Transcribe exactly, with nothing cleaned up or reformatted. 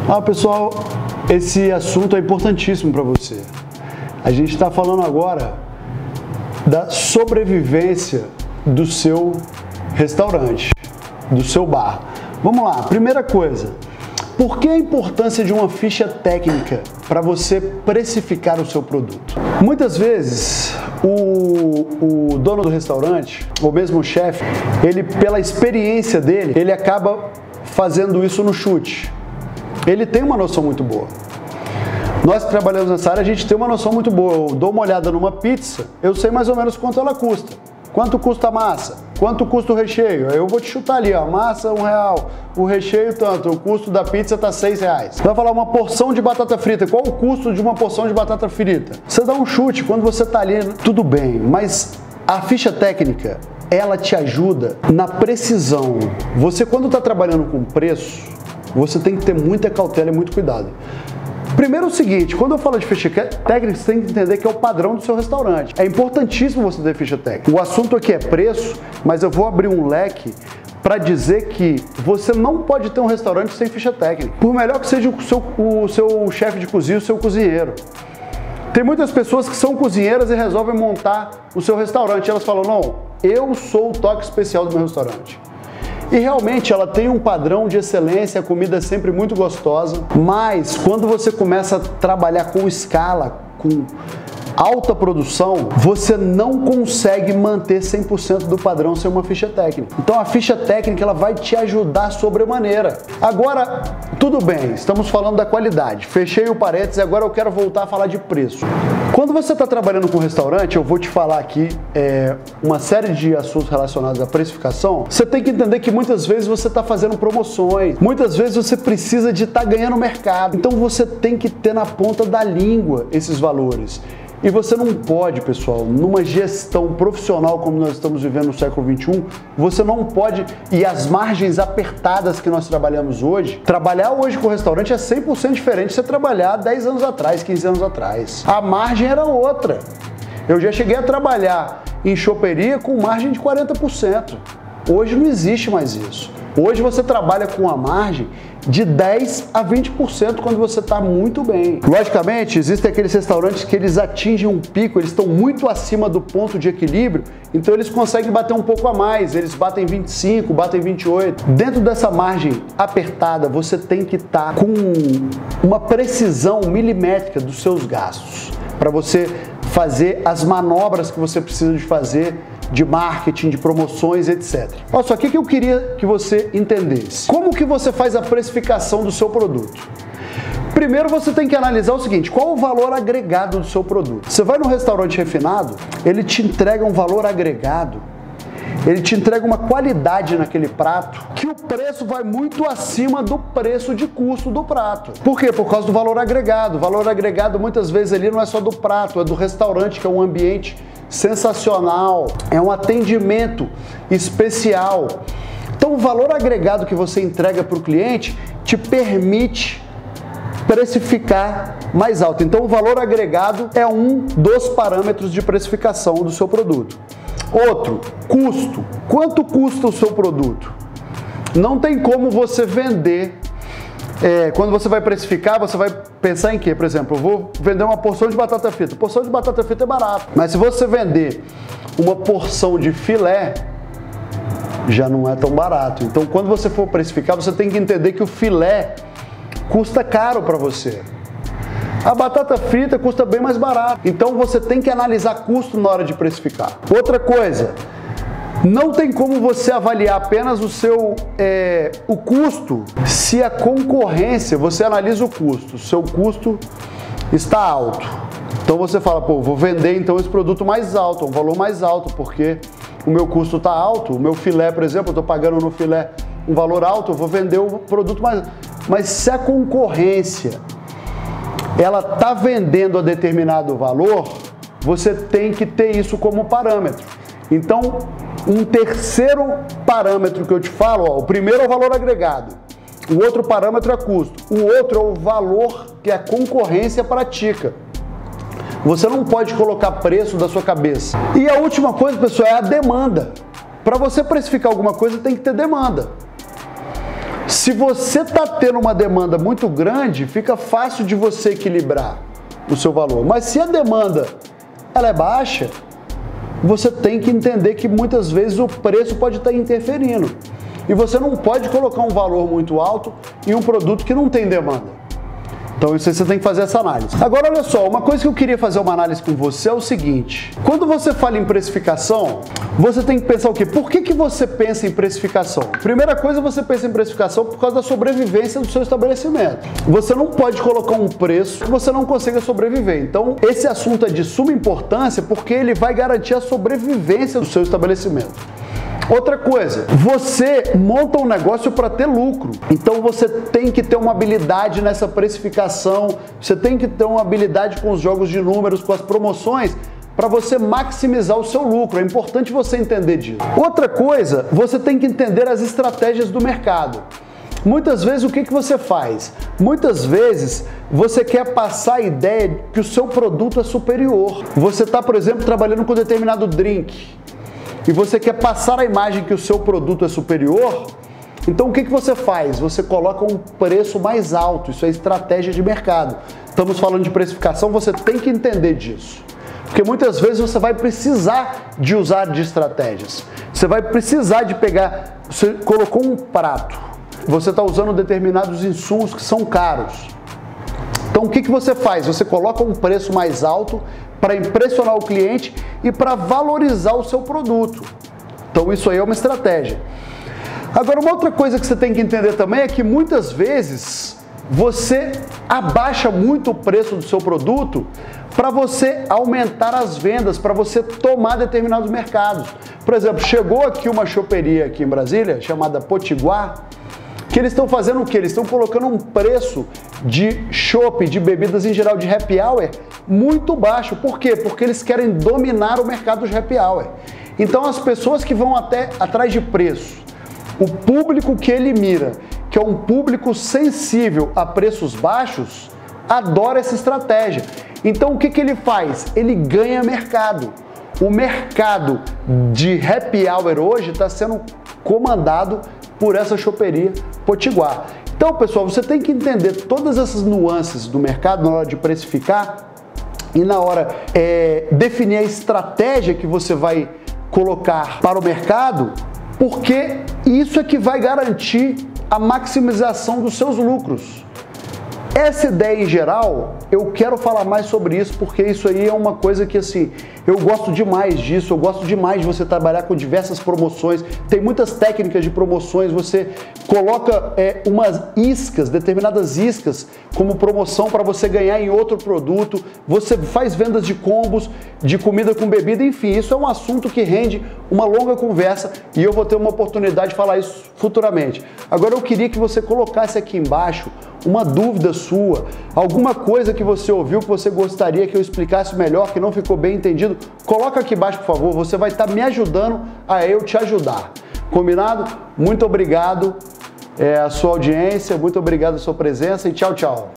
Ah, pessoal, esse assunto é importantíssimo para você. A gente está falando agora da sobrevivência do seu restaurante, do seu bar. Vamos lá, primeira coisa, por que a importância de uma ficha técnica para você precificar o seu produto? Muitas vezes o, o dono do restaurante, ou mesmo o chefe, ele, pela experiência dele, ele acaba fazendo isso no chute. Ele tem uma noção muito boa. Nós que trabalhamos nessa área, a gente tem uma noção muito boa. Eu dou uma olhada numa pizza, eu sei mais ou menos quanto ela custa. Quanto custa a massa? Quanto custa o recheio? Eu vou te chutar ali, ó, a massa um real, o recheio tanto, o custo da pizza tá seis reais. Vai falar uma porção de batata frita, qual o custo de uma porção de batata frita? Você dá um chute, quando você tá ali, tudo bem, mas a ficha técnica, ela te ajuda na precisão. Você, quando tá trabalhando com preço, você tem que ter muita cautela e muito cuidado. Primeiro é o seguinte, quando eu falo de ficha técnica, você tem que entender que é o padrão do seu restaurante. É importantíssimo você ter ficha técnica. O assunto aqui é preço, mas eu vou abrir um leque para dizer que você não pode ter um restaurante sem ficha técnica. Por melhor que seja o seu, o seu chefe de cozinha, o seu cozinheiro. Tem muitas pessoas que são cozinheiras e resolvem montar o seu restaurante. Elas falam, não, eu sou o toque especial do meu restaurante. E realmente ela tem um padrão de excelência, a comida é sempre muito gostosa, mas quando você começa a trabalhar com escala, com alta produção, você não consegue manter cem por cento do padrão sem uma ficha técnica. Então a ficha técnica ela vai te ajudar sobremaneira. Agora, tudo bem, estamos falando da qualidade. Fechei o parênteses e agora eu quero voltar a falar de preço. Quando você está trabalhando com restaurante, eu vou te falar aqui é, uma série de assuntos relacionados à precificação. Você tem que entender que muitas vezes você está fazendo promoções, muitas vezes você precisa de estar tá ganhando mercado. Então você tem que ter na ponta da língua esses valores. E você não pode, pessoal, numa gestão profissional como nós estamos vivendo no século vinte e um, você não pode, e as margens apertadas que nós trabalhamos hoje, trabalhar hoje com o restaurante é cem por cento diferente de você trabalhar dez anos atrás, quinze anos atrás. A margem era outra. Eu já cheguei a trabalhar em choperia com margem de quarenta por cento. Hoje não existe mais isso. Hoje você trabalha com a margem de dez a vinte por cento quando você está muito bem. Logicamente, existem aqueles restaurantes que eles atingem um pico, eles estão muito acima do ponto de equilíbrio, então eles conseguem bater um pouco a mais, eles batem vinte e cinco, batem vinte e oito. Dentro dessa margem apertada, você tem que estar com uma precisão milimétrica dos seus gastos, para você fazer as manobras que você precisa de fazer de marketing, de promoções, etcétera. Olha só, o que eu queria que você entendesse. Como que você faz a precificação do seu produto? Primeiro você tem que analisar o seguinte, qual o valor agregado do seu produto? Você vai num restaurante refinado, ele te entrega um valor agregado, ele te entrega uma qualidade naquele prato que o preço vai muito acima do preço de custo do prato. Por quê? Por causa do valor agregado. O valor agregado muitas vezes ali não é só do prato, é do restaurante, que é um ambiente sensacional, é um atendimento especial. Então o valor agregado que você entrega para o cliente te permite precificar mais alto. Então o valor agregado é um dos parâmetros de precificação do seu produto. Outro, custo. Quanto custa o seu produto? Não tem como você vender. É, quando você vai precificar, você vai pensar em quê? Por exemplo, eu vou vender uma porção de batata frita. Porção de batata frita é barato. Mas se você vender uma porção de filé, já não é tão barato. Então, quando você for precificar, você tem que entender que o filé custa caro para você. A batata frita custa bem mais barato. Então, você tem que analisar custo na hora de precificar. Outra coisa, não tem como você avaliar apenas o seu é, o custo se a concorrência, você analisa o custo, o seu custo está alto. Então você fala, pô, vou vender então esse produto mais alto, um valor mais alto, porque o meu custo está alto, o meu filé, por exemplo, eu estou pagando no filé um valor alto, eu vou vender o produto mais... Mas se a concorrência, ela está vendendo a determinado valor, você tem que ter isso como parâmetro. Então, um terceiro parâmetro que eu te falo, ó, o primeiro é o valor agregado, o outro parâmetro é custo, o outro é o valor que a concorrência pratica. Você não pode colocar preço da sua cabeça. E a última coisa, pessoal, é a demanda. Para você precificar alguma coisa, tem que ter demanda. Se você está tendo uma demanda muito grande, fica fácil de você equilibrar o seu valor. Mas se a demanda ela é baixa, você tem que entender que muitas vezes o preço pode estar interferindo. E você não pode colocar um valor muito alto em um produto que não tem demanda. Então isso aí você tem que fazer essa análise. Agora olha só, uma coisa que eu queria fazer uma análise com você é o seguinte. Quando você fala em precificação, você tem que pensar o quê? Por que que você pensa em precificação? Primeira coisa, você pensa em precificação por causa da sobrevivência do seu estabelecimento. Você não pode colocar um preço que você não consiga sobreviver. Então esse assunto é de suma importância porque ele vai garantir a sobrevivência do seu estabelecimento. Outra coisa, você monta um negócio para ter lucro, então você tem que ter uma habilidade nessa precificação, você tem que ter uma habilidade com os jogos de números, com as promoções, para você maximizar o seu lucro. É importante você entender disso. Outra coisa, você tem que entender as estratégias do mercado. Muitas vezes o que que você faz? Muitas vezes você quer passar a ideia que o seu produto é superior. Você está, por exemplo, trabalhando com determinado drink, e você quer passar a imagem que o seu produto é superior, então o que que você faz? Você coloca um preço mais alto, isso é estratégia de mercado. Estamos falando de precificação, você tem que entender disso. Porque muitas vezes você vai precisar de usar de estratégias. Você vai precisar de pegar, você colocou um prato, você está usando determinados insumos que são caros. Então o que que você faz? Você coloca um preço mais alto para impressionar o cliente e para valorizar o seu produto. Então isso aí é uma estratégia. Agora, uma outra coisa que você tem que entender também é que muitas vezes você abaixa muito o preço do seu produto para você aumentar as vendas, para você tomar determinados mercados. Por exemplo, chegou aqui uma choperia aqui em Brasília, chamada Potiguar, que eles estão fazendo o quê? Eles estão colocando um preço de chopp, de bebidas em geral, de happy hour, muito baixo. Por quê? Porque eles querem dominar o mercado de happy hour. Então as pessoas que vão até atrás de preço, o público que ele mira, que é um público sensível a preços baixos, adora essa estratégia. Então o que que ele faz? Ele ganha mercado. O mercado de happy hour hoje está sendo comandado por essa choperia Potiguar. Então, pessoal, você tem que entender todas essas nuances do mercado na hora de precificar e na hora é, definir a estratégia que você vai colocar para o mercado, porque isso é que vai garantir a maximização dos seus lucros. Essa ideia em geral, eu quero falar mais sobre isso, porque isso aí é uma coisa que, assim, eu gosto demais disso, eu gosto demais de você trabalhar com diversas promoções, tem muitas técnicas de promoções, você coloca é, umas iscas, determinadas iscas, como promoção para você ganhar em outro produto, você faz vendas de combos, de comida com bebida, enfim, isso é um assunto que rende uma longa conversa e eu vou ter uma oportunidade de falar isso futuramente. Agora eu queria que você colocasse aqui embaixo uma dúvida sua, alguma coisa que você ouviu que você gostaria que eu explicasse melhor, que não ficou bem entendido, coloca aqui embaixo, por favor, você vai estar me ajudando a eu te ajudar. Combinado? Muito obrigado é, a sua audiência, muito obrigado a sua presença e tchau, tchau.